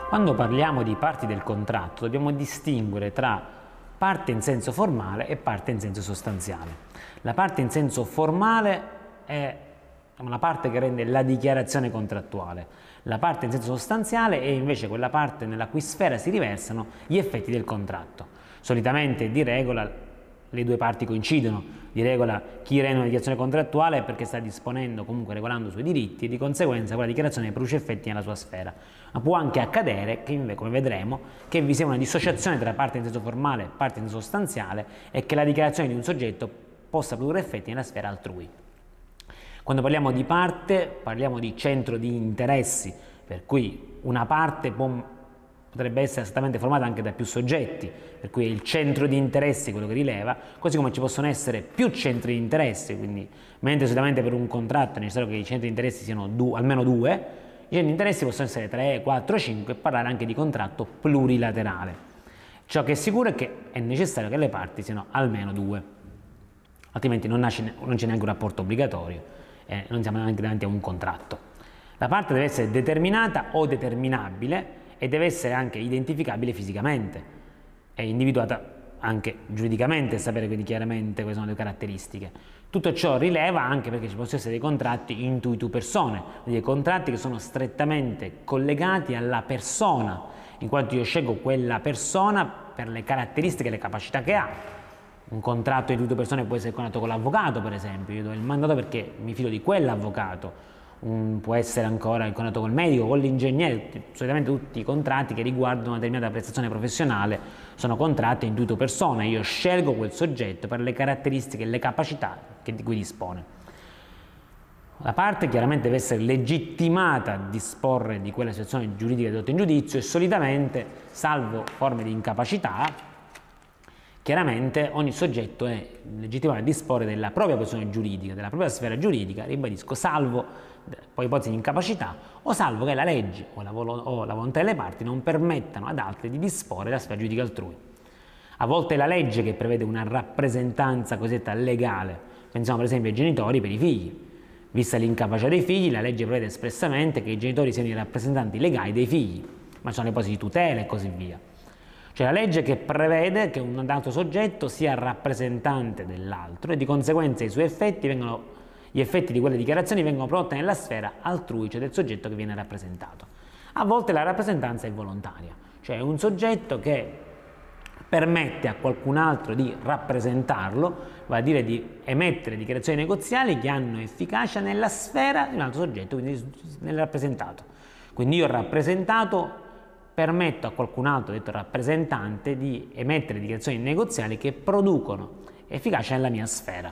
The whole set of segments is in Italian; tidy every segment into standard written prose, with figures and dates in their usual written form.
Quando parliamo di parti del contratto dobbiamo distinguere tra parte in senso formale e parte in senso sostanziale. La parte in senso formale è una parte che rende la dichiarazione contrattuale. La parte in senso sostanziale è invece quella parte nella cui sfera si riversano gli effetti del contratto. Solitamente di regola le due parti coincidono, di regola chi rende una dichiarazione contrattuale è perché sta disponendo, comunque regolando i suoi diritti, e di conseguenza quella dichiarazione produce effetti nella sua sfera. Ma può anche accadere che, come vedremo, che vi sia una dissociazione tra parte in senso formale e parte in senso sostanziale e che la dichiarazione di un soggetto possa produrre effetti nella sfera altrui. Quando parliamo di parte, parliamo di centro di interessi, per cui una parte potrebbe essere esattamente formata anche da più soggetti, per cui è il centro di interessi quello che rileva, così come ci possono essere più centri di interessi, quindi mentre solitamente per un contratto è necessario che i centri di interessi siano almeno due, i centri di interessi possono essere 3, 4, 5 e parlare anche di contratto plurilaterale. Ciò che è sicuro è che è necessario che le parti siano almeno due, altrimenti non c'è neanche un rapporto obbligatorio e non siamo neanche davanti a un contratto. La parte deve essere determinata o determinabile e deve essere anche identificabile fisicamente e individuata anche giuridicamente, sapere quindi chiaramente quali sono le caratteristiche. Tutto ciò rileva anche perché ci possono essere dei contratti intuitu personae, dei contratti che sono strettamente collegati alla persona, in quanto io scelgo quella persona per le caratteristiche e le capacità che ha. Un contratto intuitu personae può essere contatto con l'avvocato, per esempio, io do il mandato perché mi fido di quell'avvocato. Può essere ancora il contratto col medico, con l'ingegnere, solitamente tutti i contratti che riguardano una determinata prestazione professionale sono contratti intuitu personae, io scelgo quel soggetto per le caratteristiche e le capacità di cui dispone. La parte chiaramente deve essere legittimata a disporre di quella situazione giuridica dedotta in giudizio e solitamente, salvo forme di incapacità, chiaramente ogni soggetto è legittimato a disporre della propria posizione giuridica, della propria sfera giuridica, ribadisco, salvo poi ipotesi di incapacità o salvo che la legge o la volontà delle parti non permettano ad altri di disporre della sfera giuridica altrui. A volte è la legge che prevede una rappresentanza cosiddetta legale, pensiamo per esempio ai genitori per i figli. Vista l'incapacità dei figli, la legge prevede espressamente che i genitori siano i rappresentanti legali dei figli, ma ci sono le ipotesi di tutela e così via. C'è la legge che prevede che un dato soggetto sia rappresentante dell'altro e di conseguenza gli effetti di quelle dichiarazioni vengono prodotte nella sfera altrui, cioè del soggetto che viene rappresentato. A volte la rappresentanza è volontaria, cioè un soggetto che permette a qualcun altro di rappresentarlo, vale a dire di emettere dichiarazioni negoziali che hanno efficacia nella sfera di un altro soggetto, quindi nel rappresentato. Quindi io rappresentato permetto a qualcun altro, detto rappresentante, di emettere dichiarazioni negoziali che producono efficacia nella mia sfera.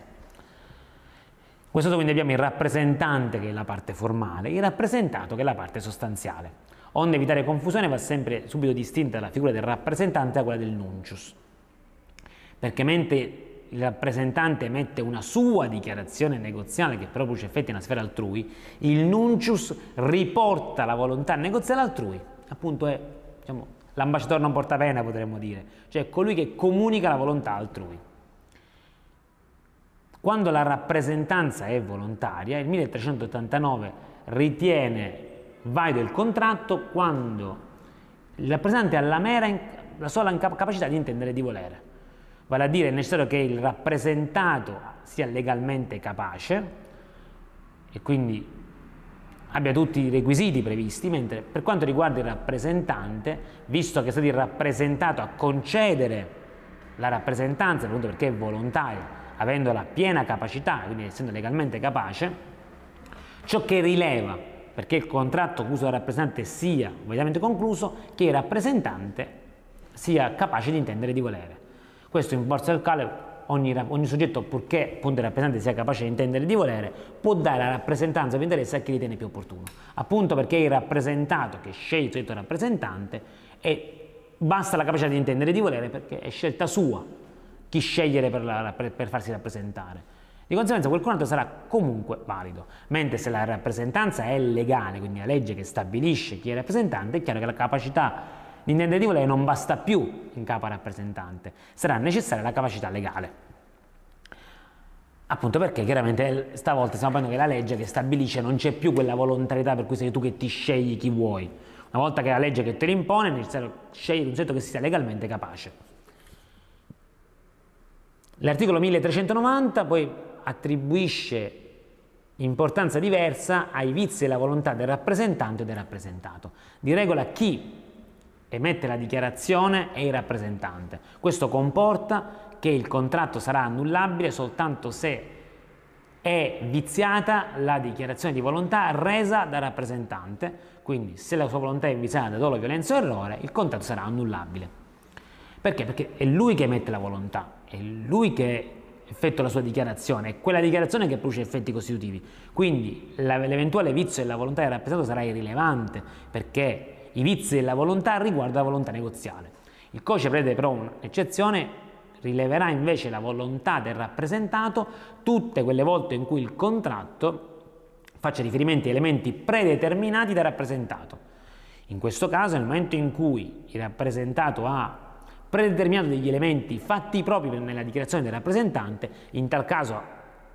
Questo quindi abbiamo il rappresentante che è la parte formale, il rappresentato che è la parte sostanziale. Onde evitare confusione va sempre subito distinta la figura del rappresentante da quella del nuncius, perché mentre il rappresentante emette una sua dichiarazione negoziale che produce effetti nella sfera altrui, il nuncius riporta la volontà negoziale altrui, appunto è l'ambasciatore non porta pena, potremmo dire, cioè colui che comunica la volontà altrui. Quando la rappresentanza è volontaria, il 1389 ritiene valido il contratto quando il rappresentante ha la sola capacità di intendere e di volere. Vale a dire è necessario che il rappresentato sia legalmente capace e quindi abbia tutti i requisiti previsti, mentre per quanto riguarda il rappresentante, visto che è stato il rappresentato a concedere la rappresentanza, appunto perché è volontario, avendo la piena capacità, quindi essendo legalmente capace, ciò che rileva perché il contratto con uso del rappresentante sia validamente concluso, che il rappresentante sia capace di intendere e di volere. Questo in forza del quale ogni soggetto, purché appunto il rappresentante sia capace di intendere e di volere, può dare la rappresentanza o interesse a chi ritiene più opportuno. Appunto perché è il rappresentato che sceglie il soggetto rappresentante e basta la capacità di intendere e di volere perché è scelta sua chi scegliere per farsi rappresentare. Di conseguenza quel contratto sarà comunque valido, mentre se la rappresentanza è legale, quindi la legge che stabilisce chi è rappresentante, è chiaro che la capacità di intendere e di volere non basta più in capo al rappresentante, sarà necessaria la capacità legale. Appunto perché chiaramente stavolta stiamo parlando che la legge che stabilisce non c'è più quella volontarietà per cui sei tu che ti scegli chi vuoi. Una Una volta che la legge che te lo impone, è necessario scegliere un soggetto che sia legalmente capace. L'articolo 1390 poi attribuisce importanza diversa ai vizi della volontà del rappresentante o del rappresentato. Di regola chi emette la dichiarazione è il rappresentante. Questo comporta che il contratto sarà annullabile soltanto se è viziata la dichiarazione di volontà resa dal rappresentante, quindi se la sua volontà è viziata da dolo, violenza o errore, il contratto sarà annullabile. Perché? Perché è lui che emette la volontà, è lui che effettua la sua dichiarazione, è quella dichiarazione che produce effetti costitutivi, quindi l'eventuale vizio della volontà del rappresentato sarà irrilevante, perché i vizi della volontà riguardano la volontà negoziale. Il codice prevede però un'eccezione, rileverà invece la volontà del rappresentato tutte quelle volte in cui il contratto faccia riferimento a elementi predeterminati dal rappresentato. In questo caso, nel momento in cui il rappresentato ha predeterminato degli elementi fatti propri nella dichiarazione del rappresentante, in tal caso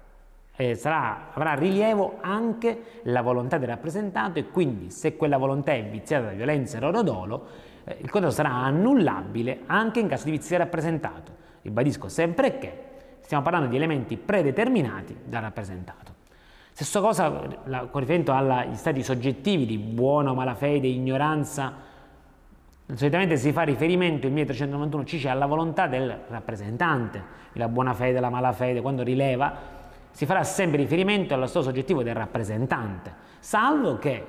avrà rilievo anche la volontà del rappresentato e quindi se quella volontà è viziata da violenza, errore o dolo, il contratto sarà annullabile anche in caso di vizio del rappresentato. Ribadisco sempre che stiamo parlando di elementi predeterminati dal rappresentato. Stessa cosa con riferimento agli stati soggettivi di buona o malafede, ignoranza. Solitamente si fa riferimento, il 1391 ci dice, alla volontà del rappresentante, la buona fede, la malafede, quando rileva, si farà sempre riferimento allo stato soggettivo del rappresentante, salvo che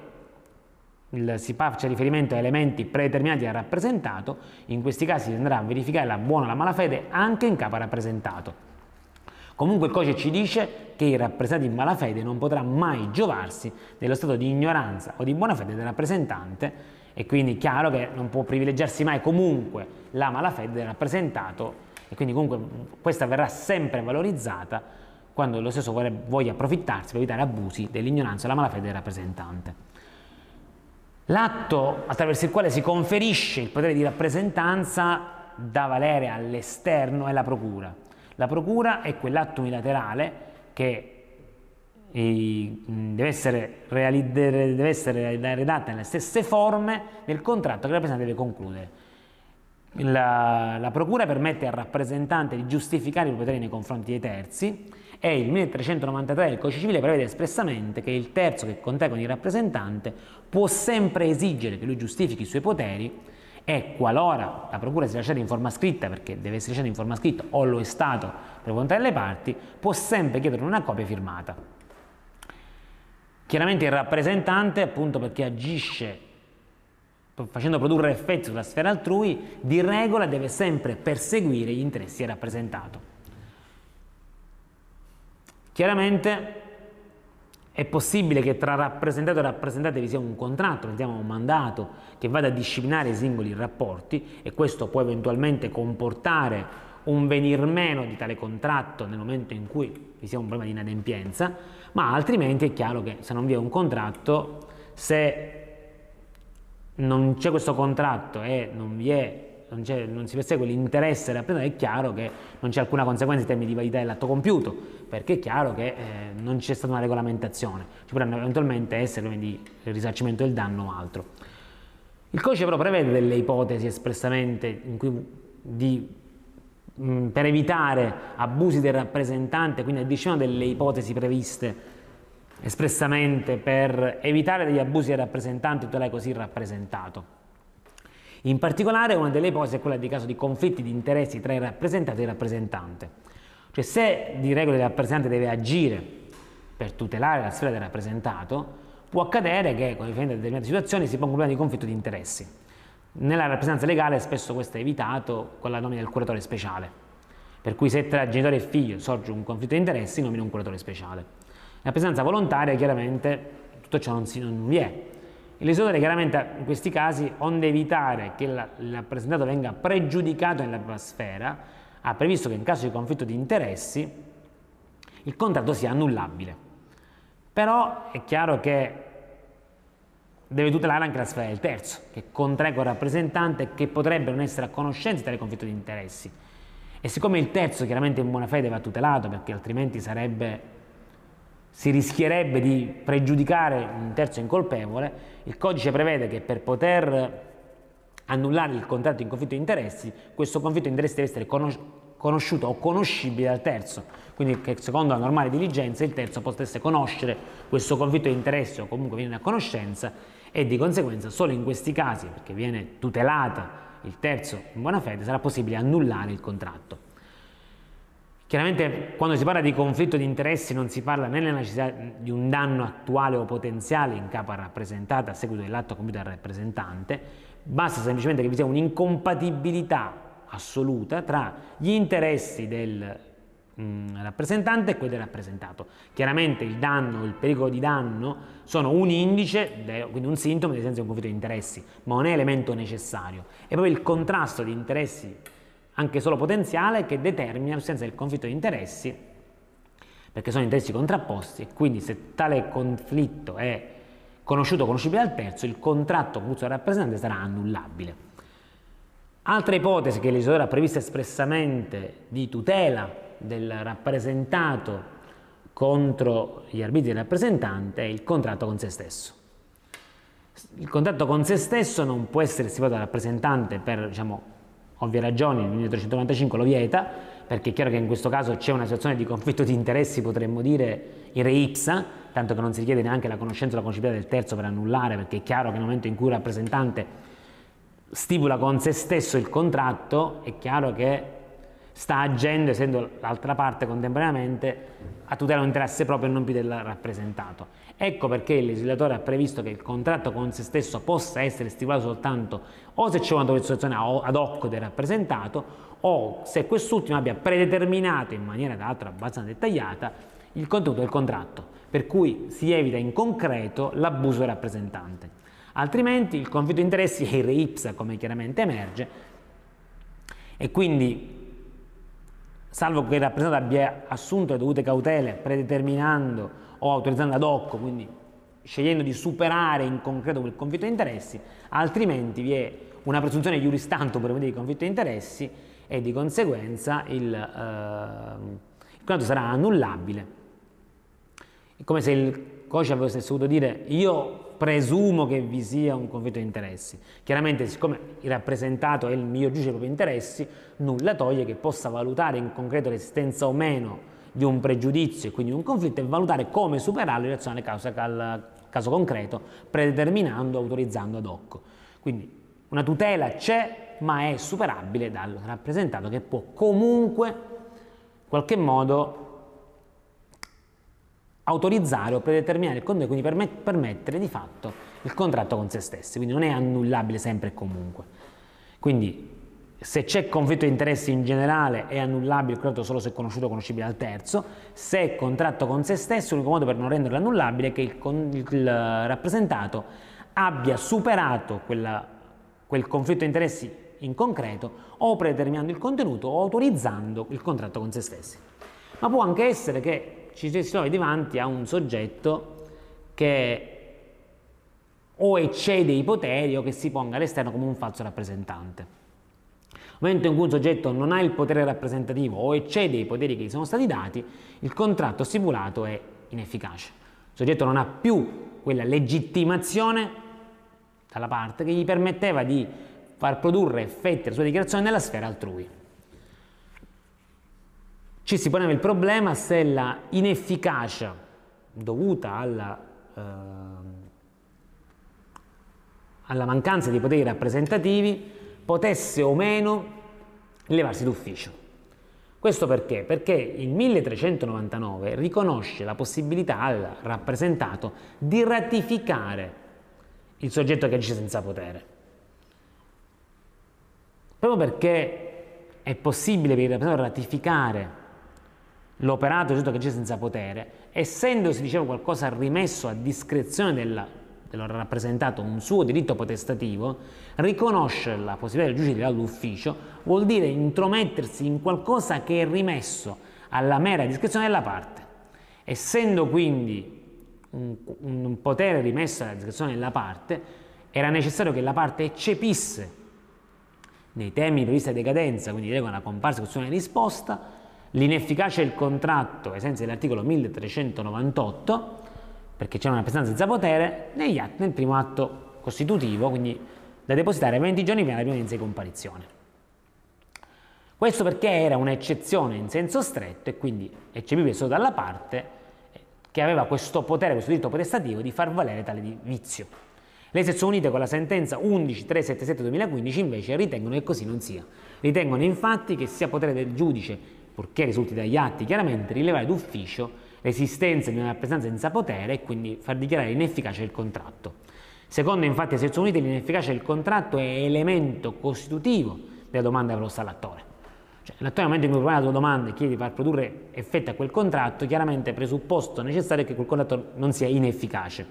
si faccia riferimento a elementi predeterminati dal rappresentato. In questi casi si andrà a verificare la buona o la malafede anche in capo al rappresentato. Comunque il codice ci dice che il rappresentato in malafede non potrà mai giovarsi dello stato di ignoranza o di buona fede del rappresentante, e quindi è chiaro che non può privilegiarsi mai comunque la malafede del rappresentato, e quindi comunque questa verrà sempre valorizzata quando lo stesso voglia approfittarsi per evitare abusi dell'ignoranza o la malafede del rappresentante. L'atto attraverso il quale si conferisce il potere di rappresentanza da valere all'esterno è la procura. La procura è quell'atto unilaterale che deve essere redatta nelle stesse forme del contratto che il rappresentante deve concludere. La procura permette al rappresentante di giustificare i poteri nei confronti dei terzi e il 1393 del Codice Civile prevede espressamente che il terzo che contrae con il rappresentante può sempre esigere che lui giustifichi i suoi poteri e qualora la procura sia lasciata in forma scritta, perché deve essere lasciata in forma scritta o lo è stato per volontà delle parti, può sempre chiedere una copia firmata. Chiaramente il rappresentante, appunto perché agisce facendo produrre effetti sulla sfera altrui, di regola deve sempre perseguire gli interessi del rappresentato. Chiaramente è possibile che tra rappresentato e rappresentante vi sia un contratto, pensiamo a un mandato che vada a disciplinare i singoli rapporti, e questo può eventualmente comportare un venir meno di tale contratto nel momento in cui vi sia un problema di inadempienza, ma altrimenti è chiaro che se non vi è un contratto, se non c'è questo contratto e non si persegue l'interesse del rappresentante, è chiaro che non c'è alcuna conseguenza in termini di validità dell'atto compiuto, perché è chiaro che non c'è stata una regolamentazione, ci potranno eventualmente essere problemi di risarcimento del danno o altro. Il codice però prevede delle ipotesi espressamente in cui per evitare abusi del rappresentante, quindi addicionano delle ipotesi previste espressamente per evitare degli abusi del rappresentante e tutelare così il rappresentato. In particolare una delle ipotesi è quella di caso di conflitti di interessi tra il rappresentato e il rappresentante. Cioè se di regola il rappresentante deve agire per tutelare la sfera del rappresentato, può accadere che con riferimento a determinate situazioni si ponga un problema di conflitto di interessi. Nella rappresentanza legale spesso questo è evitato con la nomina del curatore speciale, per cui se tra genitore e figlio sorge un conflitto di interessi nomina un curatore speciale. La rappresentanza volontaria chiaramente tutto ciò non vi è. Il legislatore chiaramente in questi casi, onde evitare che il rappresentato venga pregiudicato nella propria sfera, ha previsto che in caso di conflitto di interessi il contratto sia annullabile. Però è chiaro che deve tutelare anche la sfera del terzo, che contrae con il rappresentante e che potrebbe non essere a conoscenza di tale conflitto di interessi. E siccome il terzo chiaramente in buona fede va tutelato, perché altrimenti sarebbe si rischierebbe di pregiudicare un terzo incolpevole, il codice prevede che per poter annullare il contratto in conflitto di interessi, questo conflitto di interessi deve essere conosciuto o conoscibile dal terzo, quindi che secondo la normale diligenza il terzo potesse conoscere questo conflitto di interessi o comunque viene a conoscenza, e di conseguenza solo in questi casi, perché viene tutelata il terzo in buona fede, sarà possibile annullare il contratto. Chiaramente quando si parla di conflitto di interessi non si parla né della necessità di un danno attuale o potenziale in capo al rappresentato a seguito dell'atto compiuto dal rappresentante, basta semplicemente che vi sia un'incompatibilità assoluta tra gli interessi del rappresentante e quelli del rappresentato. Chiaramente il danno, il pericolo di danno sono un indice, quindi un sintomo di un conflitto di interessi, ma non è elemento necessario. È proprio il contrasto di interessi, anche solo potenziale, che determina l'assenza del conflitto di interessi, perché sono interessi contrapposti, e quindi se tale conflitto è conosciuto o conoscibile al terzo, il contratto concluso dal rappresentante sarà annullabile. Altra ipotesi che il legislatore ha previsto espressamente di tutela del rappresentato contro gli arbitri del rappresentante è il contratto con se stesso. Il contratto con se stesso non può essere stipulato dal rappresentante per, ovvie ragioni, il 1395 lo vieta, perché è chiaro che in questo caso c'è una situazione di conflitto di interessi, potremmo dire in re ipsa, tanto che non si richiede neanche la conoscenza o la conoscibilità del terzo per annullare, perché è chiaro che nel momento in cui il rappresentante stipula con se stesso il contratto, è chiaro che sta agendo, essendo l'altra parte contemporaneamente, a tutela un interesse proprio e non più del rappresentato. Ecco perché il legislatore ha previsto che il contratto con se stesso possa essere stipulato soltanto o se c'è un'autorizzazione ad hoc del rappresentato, o se quest'ultimo abbia predeterminato in maniera tra l'altro abbastanza dettagliata il contenuto del contratto, per cui si evita in concreto l'abuso del rappresentante. Altrimenti il conflitto di interessi è in re ipsa, come chiaramente emerge, e quindi salvo che il rappresentante abbia assunto le dovute cautele predeterminando o autorizzando ad hoc, quindi scegliendo di superare in concreto quel conflitto di interessi, altrimenti vi è una presunzione iuris tantum per di conflitto di interessi e di conseguenza il contratto sarà annullabile. È come se il codice avesse dovuto dire: io presumo che vi sia un conflitto di interessi. Chiaramente, siccome il rappresentato è il miglior giudice dei propri interessi, nulla toglie che possa valutare in concreto l'esistenza o meno di un pregiudizio e quindi un conflitto e valutare come superarlo in relazione al caso concreto, predeterminando, autorizzando ad hoc. Quindi una tutela c'è, ma è superabile dal rappresentato, che può comunque in qualche modo autorizzare o predeterminare il contenuto, quindi permettere di fatto il contratto con se stessi, quindi non è annullabile sempre e comunque. Quindi se c'è conflitto di interessi in generale è annullabile il contratto solo se è conosciuto o conoscibile al terzo. Se è contratto con se stesso, l'unico modo per non renderlo annullabile è che il rappresentato abbia superato quel conflitto di interessi in concreto, o predeterminando il contenuto o autorizzando il contratto con se stessi. Ma può anche essere che ci si trovi davanti a un soggetto che o eccede i poteri o che si ponga all'esterno come un falso rappresentante. Nel momento in cui un soggetto non ha il potere rappresentativo o eccede i poteri che gli sono stati dati, il contratto stipulato è inefficace. Il soggetto non ha più quella legittimazione dalla parte che gli permetteva di far produrre effetti della sua dichiarazione nella sfera altrui. Ci si poneva il problema se la inefficacia dovuta alla mancanza di poteri rappresentativi potesse o meno levarsi d'ufficio. Questo perché? Perché il 1399 riconosce la possibilità al rappresentato di ratificare il soggetto che agisce senza potere. Proprio perché è possibile per il rappresentato ratificare l'operato del soggetto che agisce senza potere, essendosi, dicevo, qualcosa rimesso a discrezione del rappresentato, un suo diritto potestativo, riconoscere la possibilità del giudice di tirarlo d'ufficio vuol dire intromettersi in qualcosa che è rimesso alla mera discrezione della parte. Essendo quindi un potere rimesso alla discrezione della parte, era necessario che la parte eccepisse nei termini previsti a decadenza, quindi di regola la comparsa, costruzione e risposta, l'inefficacia del contratto ai sensi dell'articolo 1398, perché c'è una rappresentanza senza potere, nel primo atto costitutivo, quindi da depositare 20 giorni prima della prima udienza di comparizione. Questo perché era un'eccezione in senso stretto e quindi eccepibile solo dalla parte che aveva questo potere, questo diritto potestativo di far valere tale vizio. Le sezioni unite con la sentenza 11377-2015 invece ritengono che così non sia. Ritengono infatti che sia potere del giudice, purché risulti dagli atti chiaramente, rilevare d'ufficio l'esistenza di una rappresentanza senza potere e quindi far dichiarare l'inefficacia del contratto. Secondo infatti le sezioni unite l'inefficacia del contratto è elemento costitutivo della domanda proposta all'attore. Cioè, l'attore nel momento in cui propone la tua domanda e chiede di far produrre effetti a quel contratto, chiaramente presupposto necessario è che quel contratto non sia inefficace.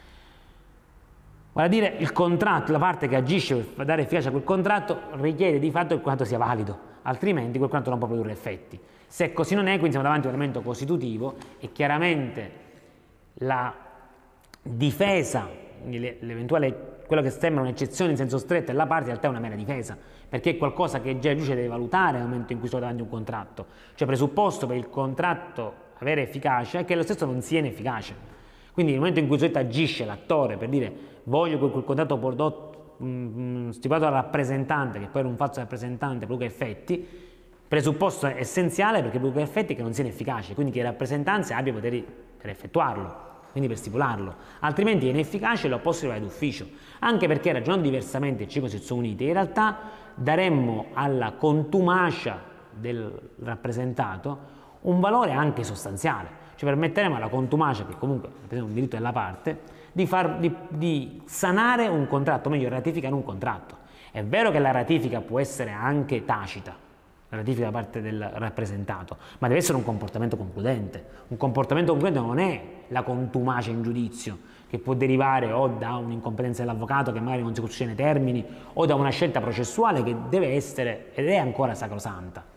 Vale a dire, il contratto, la parte che agisce per dare efficacia a quel contratto richiede di fatto che il contratto sia valido, altrimenti quel contratto non può produrre effetti. Se così non è, quindi siamo davanti a un elemento costitutivo e chiaramente la difesa, l'eventuale, quello che sembra un'eccezione in senso stretto della parte, in realtà è una mera difesa, perché è qualcosa che già il giudice deve valutare nel momento in cui sono davanti a un contratto. Cioè presupposto per il contratto avere efficacia è che lo stesso non sia inefficace. Quindi nel momento in cui il soggetto agisce, l'attore, per dire voglio che quel contratto prodotto stipulato dal rappresentante, che poi era un falso rappresentante, produca effetti, presupposto essenziale perché produca effetti che non siano efficaci, quindi che il rappresentante abbia poteri per effettuarlo, quindi per stipularlo, altrimenti è inefficace e lo posso rilevare d'ufficio, anche perché ragionando diversamente il 5 sezioni unite, in realtà daremmo alla contumacia del rappresentato un valore anche sostanziale, cioè permetteremo alla contumacia, che comunque rappresenta un diritto della parte, di sanare un contratto, o meglio ratificare un contratto. È vero che la ratifica può essere anche tacita, la ratifica da parte del rappresentato, ma deve essere un comportamento concludente. Un comportamento concludente non è la contumacia in giudizio, che può derivare o da un'incompetenza dell'avvocato che magari non si costruisce nei termini, o da una scelta processuale che deve essere ed è ancora sacrosanta.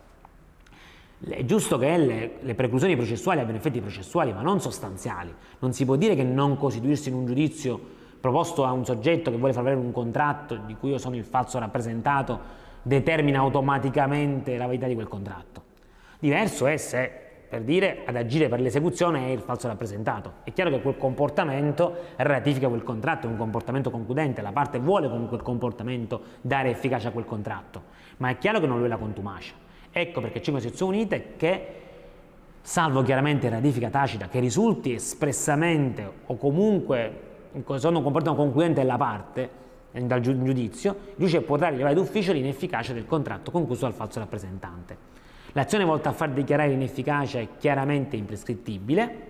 È giusto che le preclusioni processuali abbiano effetti processuali, ma non sostanziali. Non si può dire che non costituirsi in un giudizio proposto a un soggetto che vuole far valere un contratto di cui io sono il falso rappresentato determina automaticamente la validità di quel contratto. Diverso è se, per dire, ad agire per l'esecuzione è il falso rappresentato. È chiaro che quel comportamento ratifica quel contratto, è un comportamento concludente, la parte vuole con quel comportamento dare efficacia a quel contratto, ma è chiaro che non lo è la contumacia. Ecco perché 5 sezioni unite che, salvo chiaramente ratifica tacita, che risulti espressamente o comunque sono un comportamento concludente della parte, dal giudizio, il giudice potrà rilevare d'ufficio l'inefficacia del contratto concluso dal falso rappresentante. L'azione volta a far dichiarare l'inefficacia è chiaramente imprescrittibile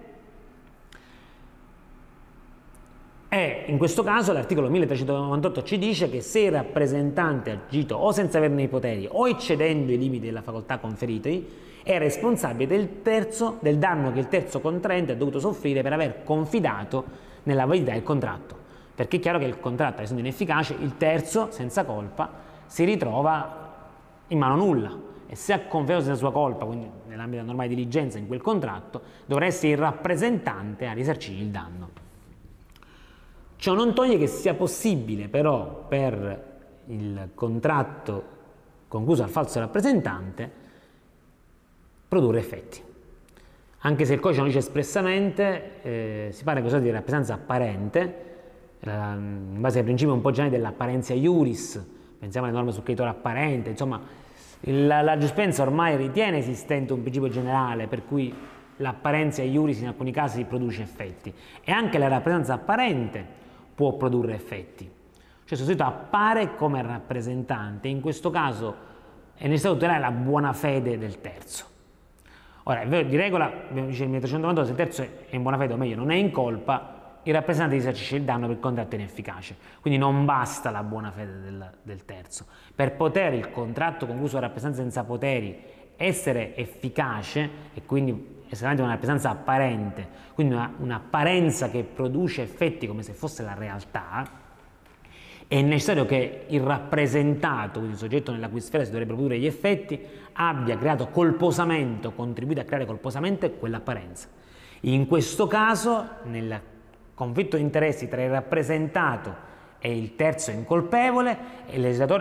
e in questo caso l'articolo 1398 ci dice che se il rappresentante ha agito o senza averne i poteri o eccedendo i limiti della facoltà conferitogli è responsabile del danno che il terzo contraente ha dovuto soffrire per aver confidato nella validità del contratto. Perché è chiaro che il contratto, essendo inefficace, il terzo, senza colpa, si ritrova in mano nulla e se ha confidato senza sua colpa, quindi nell'ambito della normale diligenza in quel contratto, dovrà essere il rappresentante a risarcire il danno. Ciò non toglie che sia possibile però per il contratto concluso al falso rappresentante produrre effetti. Anche se il codice non dice espressamente, si parla di rappresentanza apparente, in base ai principi un po' generali dell'apparenza iuris, pensiamo alle norme sul creditore apparente, insomma la giurisprudenza ormai ritiene esistente un principio generale per cui l'apparenza iuris in alcuni casi produce effetti e anche la rappresentanza apparente può produrre effetti, cioè il soggetto appare come rappresentante, in questo caso è necessario tutelare la buona fede del terzo. Ora è vero, di regola, dice il 1398, se il terzo è in buona fede o meglio non è in colpa, il rappresentante risarcisce il danno per il contratto inefficace, quindi non basta la buona fede del terzo. Per poter il contratto concluso da rappresentanza senza poteri essere efficace e quindi essere una rappresentanza apparente, quindi un'apparenza che produce effetti come se fosse la realtà, è necessario che il rappresentato, quindi il soggetto nella cui sfera si dovrebbero produrre gli effetti, abbia creato colposamente o contribuito a creare colposamente quell'apparenza. In questo caso, nel conflitto di interessi tra il rappresentato e il terzo incolpevole, il legislatore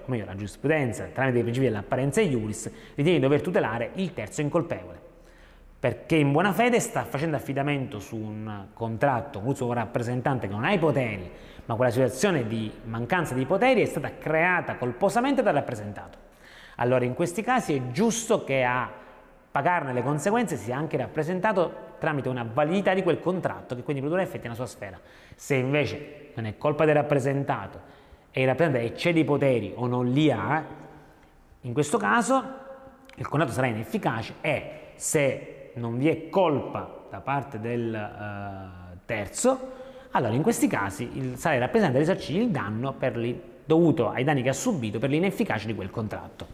o meglio la giurisprudenza, tramite i principi dell'apparenza iuris, ritiene di dover tutelare il terzo incolpevole, perché in buona fede sta facendo affidamento su un contratto con un suo rappresentante che non ha i poteri, ma quella situazione di mancanza di poteri è stata creata colposamente dal rappresentato. Allora in questi casi è giusto che a pagarne le conseguenze sia anche rappresentato tramite una validità di quel contratto che quindi produrrà effetti nella sua sfera. Se invece non è colpa del rappresentato e il rappresentante eccede i poteri o non li ha, in questo caso il contratto sarà inefficace e se non vi è colpa da parte del terzo, allora in questi casi sarà il rappresentante a risarcire il danno dovuto ai danni che ha subito per l'inefficacia di quel contratto.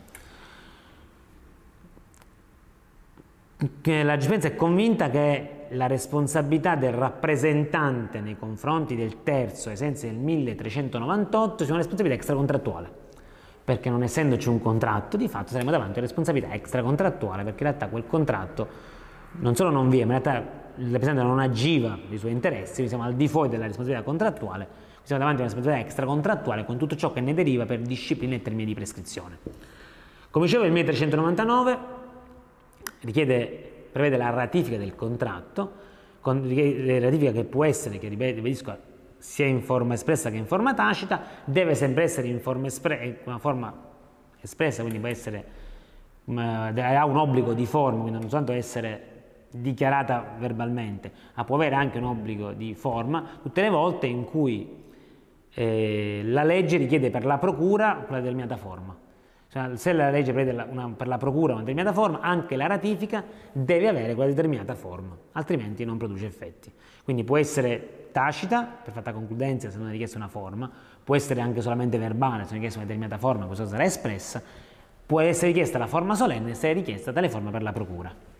La giurisprudenza è convinta che la responsabilità del rappresentante nei confronti del terzo, ai sensi del 1398, sia una responsabilità extracontrattuale, perché non essendoci un contratto, di fatto saremo davanti a una responsabilità extracontrattuale, perché in realtà quel contratto non solo non vi è, ma in realtà il rappresentante non agiva dei suoi interessi, quindi siamo al di fuori della responsabilità contrattuale, siamo davanti a una responsabilità extracontrattuale con tutto ciò che ne deriva per disciplina e termini di prescrizione. Come dicevo, il 1399 prevede la ratifica del contratto, la ratifica che può essere, che ribadisco, sia in forma espressa che in forma tacita, deve sempre essere in forma una forma espressa, quindi può essere, ha un obbligo di forma, quindi non soltanto essere dichiarata verbalmente, ma può avere anche un obbligo di forma tutte le volte in cui la legge richiede per la procura quella determinata forma. Se la legge prevede per la procura una determinata forma, anche la ratifica deve avere quella determinata forma, altrimenti non produce effetti. Quindi può essere tacita, per fatta concludenza se non è richiesta una forma, può essere anche solamente verbale, se non è richiesta una determinata forma, questa sarà espressa, può essere richiesta la forma solenne se è richiesta tale forma per la procura.